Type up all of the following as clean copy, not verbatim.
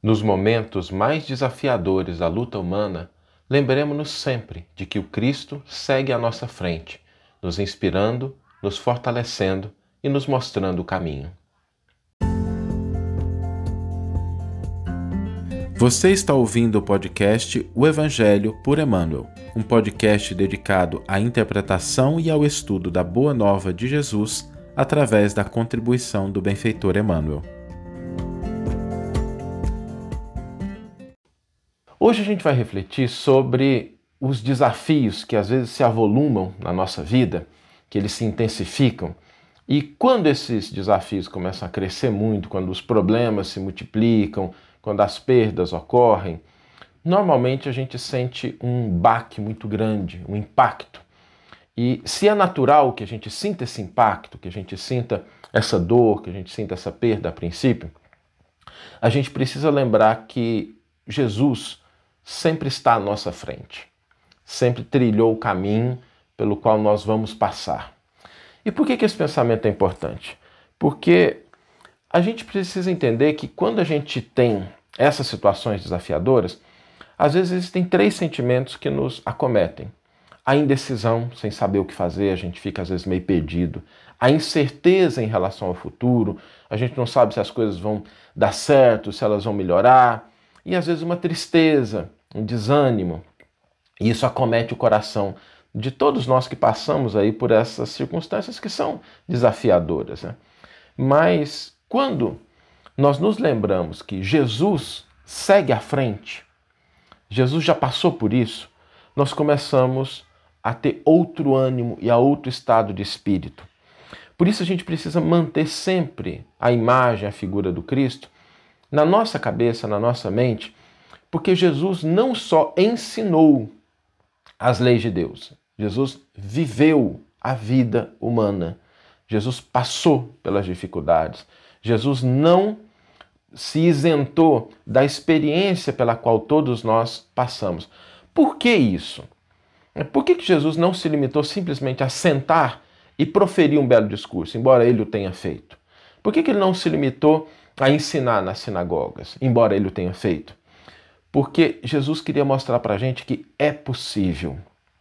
Nos momentos mais desafiadores da luta humana, lembremos-nos sempre de que o Cristo segue à nossa frente, nos inspirando, nos fortalecendo e nos mostrando o caminho. Você está ouvindo o podcast O Evangelho por Emmanuel, um podcast dedicado à interpretação e ao estudo da Boa Nova de Jesus através da contribuição do benfeitor Emmanuel. Hoje a gente vai refletir sobre os desafios que às vezes se avolumam na nossa vida, que eles se intensificam. E quando esses desafios começam a crescer muito, quando os problemas se multiplicam, quando as perdas ocorrem, normalmente a gente sente um baque muito grande, um impacto. E se é natural que a gente sinta esse impacto, que a gente sinta essa dor, que a gente sinta essa perda a princípio, a gente precisa lembrar que Jesus sempre está à nossa frente, sempre trilhou o caminho pelo qual nós vamos passar. E por que esse pensamento é importante? Porque a gente precisa entender que quando a gente tem essas situações desafiadoras, às vezes existem três sentimentos que nos acometem. A indecisão, sem saber o que fazer, a gente fica às vezes meio perdido. A incerteza em relação ao futuro, a gente não sabe se as coisas vão dar certo, se elas vão melhorar. E às vezes uma tristeza, um desânimo. E isso acomete o coração de todos nós que passamos aí por essas circunstâncias que são desafiadoras, né? Mas quando nós nos lembramos que Jesus segue à frente, Jesus já passou por isso, nós começamos a ter outro ânimo e a outro estado de espírito. Por isso a gente precisa manter sempre a imagem, a figura do Cristo na nossa cabeça, na nossa mente, porque Jesus não só ensinou as leis de Deus, Jesus viveu a vida humana. Jesus passou pelas dificuldades. Jesus não se isentou da experiência pela qual todos nós passamos. Por que isso? Por que Jesus não se limitou simplesmente a sentar e proferir um belo discurso, embora ele o tenha feito? Por que ele não se limitou a ensinar nas sinagogas, embora ele o tenha feito? Porque Jesus queria mostrar para a gente que é possível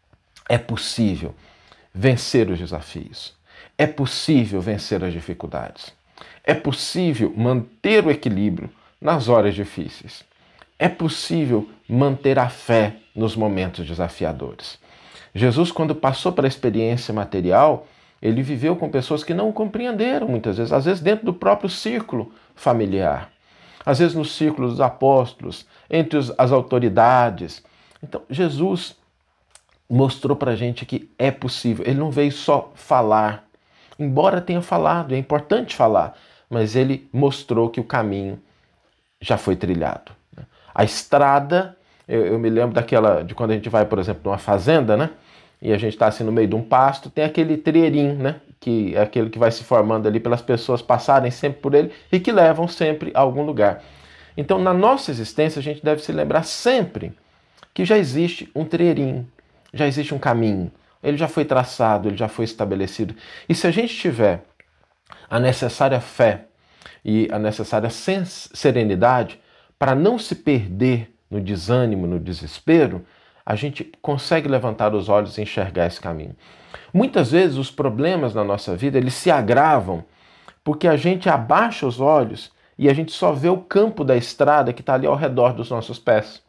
vencer os desafios, é possível vencer as dificuldades, é possível manter o equilíbrio nas horas difíceis, é possível manter a fé nos momentos desafiadores. Jesus, quando passou pela experiência material, ele viveu com pessoas que não o compreenderam muitas vezes, às vezes dentro do próprio círculo familiar, às vezes no círculo dos apóstolos, entre as autoridades. Então, Jesus mostrou para a gente que é possível. Ele não veio só falar, embora tenha falado, é importante falar, mas ele mostrou que o caminho já foi trilhado. A estrada, eu me lembro de quando a gente vai, por exemplo, numa fazenda, né? E a gente está assim no meio de um pasto, tem aquele trilheirinho, né? Que é aquele que vai se formando ali pelas pessoas passarem sempre por ele e que levam sempre a algum lugar. Então, na nossa existência, a gente deve se lembrar sempre que já existe um trilheirinho, já existe um caminho, ele já foi traçado, ele já foi estabelecido. E se a gente tiver a necessária fé e a necessária serenidade para não se perder no desânimo, no desespero, a gente consegue levantar os olhos e enxergar esse caminho. Muitas vezes os problemas na nossa vida, eles se agravam porque a gente abaixa os olhos e a gente só vê o campo da estrada que está ali ao redor dos nossos pés.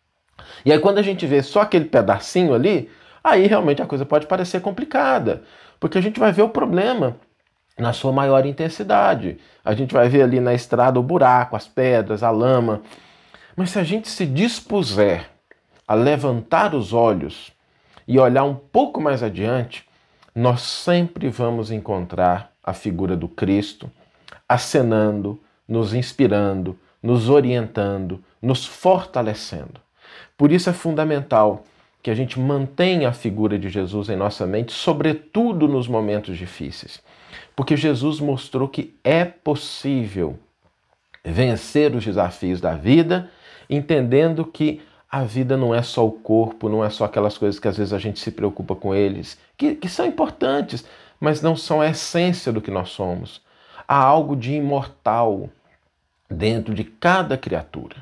E aí quando a gente vê só aquele pedacinho ali, aí realmente a coisa pode parecer complicada, porque a gente vai ver o problema na sua maior intensidade. A gente vai ver ali na estrada o buraco, as pedras, a lama. Mas se a gente se dispuser a levantar os olhos e olhar um pouco mais adiante, nós sempre vamos encontrar a figura do Cristo acenando, nos inspirando, nos orientando, nos fortalecendo. Por isso é fundamental que a gente mantenha a figura de Jesus em nossa mente, sobretudo nos momentos difíceis. Porque Jesus mostrou que é possível vencer os desafios da vida, entendendo que a vida não é só o corpo, não é só aquelas coisas que às vezes a gente se preocupa com eles, que são importantes, mas não são a essência do que nós somos. Há algo de imortal dentro de cada criatura.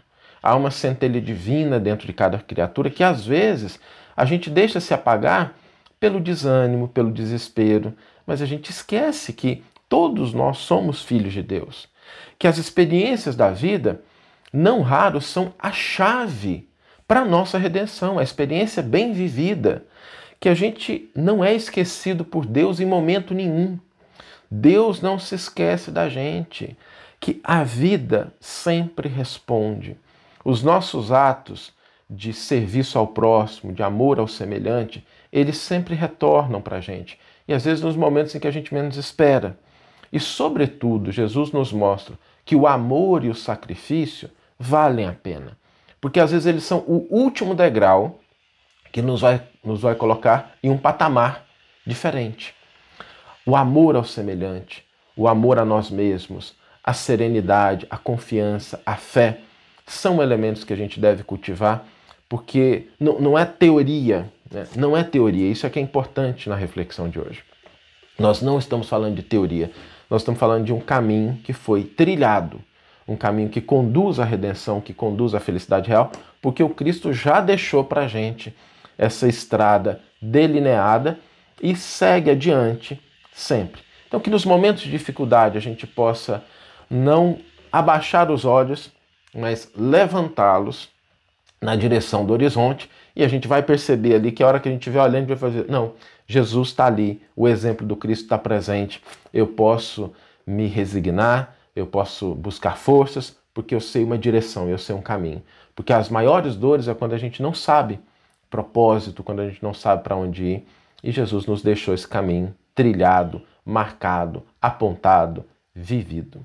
há uma centelha divina dentro de cada criatura que às vezes a gente deixa se apagar pelo desânimo, pelo desespero, mas a gente esquece que todos nós somos filhos de Deus, que as experiências da vida, não raro, são a chave para a nossa redenção, a experiência bem vivida, que a gente não é esquecido por Deus em momento nenhum. Deus não se esquece da gente, que a vida sempre responde. Os nossos atos de serviço ao próximo, de amor ao semelhante, eles sempre retornam para a gente. E às vezes nos momentos em que a gente menos espera. E sobretudo, Jesus nos mostra que o amor e o sacrifício valem a pena. Porque às vezes eles são o último degrau que nos vai colocar em um patamar diferente. O amor ao semelhante, o amor a nós mesmos, a serenidade, a confiança, a fé, são elementos que a gente deve cultivar, porque não é teoria, né? Não é teoria, isso é que é importante na reflexão de hoje. Nós não estamos falando de teoria, nós estamos falando de um caminho que foi trilhado, um caminho que conduz à redenção, que conduz à felicidade real, porque o Cristo já deixou para a gente essa estrada delineada e segue adiante sempre. Então que nos momentos de dificuldade a gente possa não abaixar os olhos, mas levantá-los na direção do horizonte, e a gente vai perceber ali que a hora que a gente estiver olhando, vai fazer, não, Jesus está ali, o exemplo do Cristo está presente, eu posso me resignar, eu posso buscar forças, porque eu sei uma direção, eu sei um caminho. Porque as maiores dores é quando a gente não sabe propósito, quando a gente não sabe para onde ir, e Jesus nos deixou esse caminho trilhado, marcado, apontado, vivido.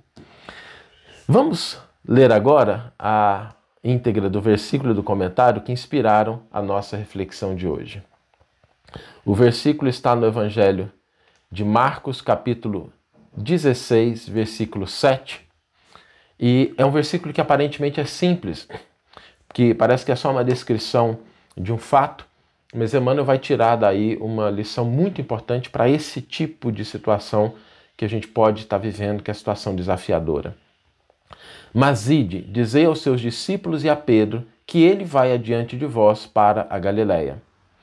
Vamos ler agora a íntegra do versículo e do comentário que inspiraram a nossa reflexão de hoje. O versículo está no Evangelho de Marcos, capítulo 16, versículo 7. E é um versículo que aparentemente é simples, que parece que é só uma descrição de um fato, mas Emmanuel vai tirar daí uma lição muito importante para esse tipo de situação que a gente pode estar vivendo, que é a situação desafiadora. Mas ide, dizei aos seus discípulos e a Pedro que ele vai adiante de vós para a Galileia.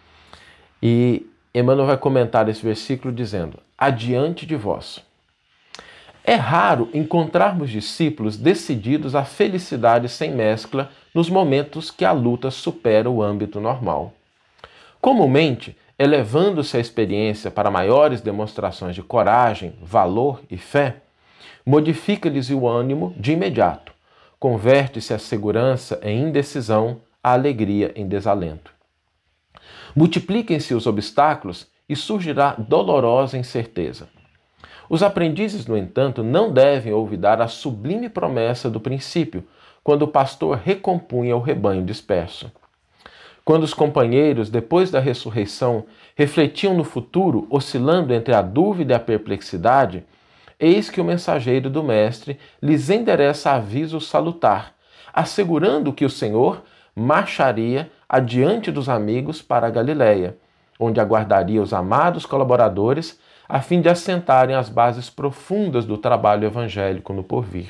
E Emmanuel vai comentar esse versículo dizendo, adiante de vós. É raro encontrarmos discípulos decididos à felicidade sem mescla nos momentos que a luta supera o âmbito normal. Comumente, elevando-se a experiência para maiores demonstrações de coragem, valor e fé, modifica-lhes o ânimo de imediato, converte-se a segurança em indecisão, a alegria em desalento. Multipliquem-se os obstáculos e surgirá dolorosa incerteza. Os aprendizes, no entanto, não devem olvidar a sublime promessa do princípio, quando o pastor recompunha o rebanho disperso. Quando os companheiros, depois da ressurreição, refletiam no futuro, oscilando entre a dúvida e a perplexidade, eis que o mensageiro do Mestre lhes endereça aviso salutar, assegurando que o Senhor marcharia adiante dos amigos para a Galileia, onde aguardaria os amados colaboradores a fim de assentarem as bases profundas do trabalho evangélico no porvir.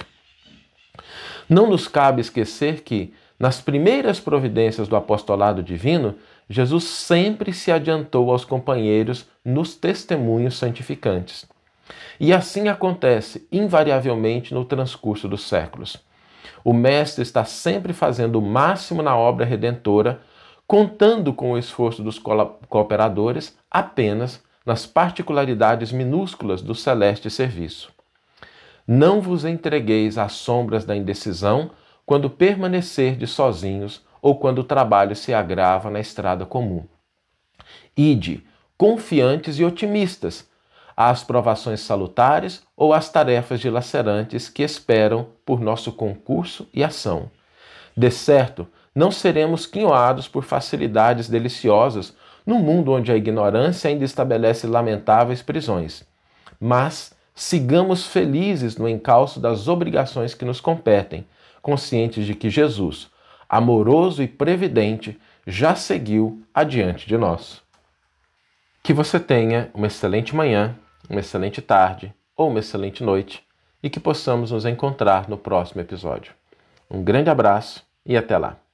Não nos cabe esquecer que, nas primeiras providências do apostolado divino, Jesus sempre se adiantou aos companheiros nos testemunhos santificantes. E assim acontece invariavelmente no transcurso dos séculos. O Mestre está sempre fazendo o máximo na obra redentora, contando com o esforço dos cooperadores apenas nas particularidades minúsculas do celeste serviço. Não vos entregueis às sombras da indecisão quando permanecerdes sozinhos ou quando o trabalho se agrava na estrada comum. Ide, confiantes e otimistas, às provações salutares ou às tarefas dilacerantes que esperam por nosso concurso e ação. De certo, não seremos quinhoados por facilidades deliciosas num mundo onde a ignorância ainda estabelece lamentáveis prisões. Mas sigamos felizes no encalço das obrigações que nos competem, conscientes de que Jesus, amoroso e previdente, já seguiu adiante de nós. Que você tenha uma excelente manhã, uma excelente tarde ou uma excelente noite e que possamos nos encontrar no próximo episódio. Um grande abraço e até lá.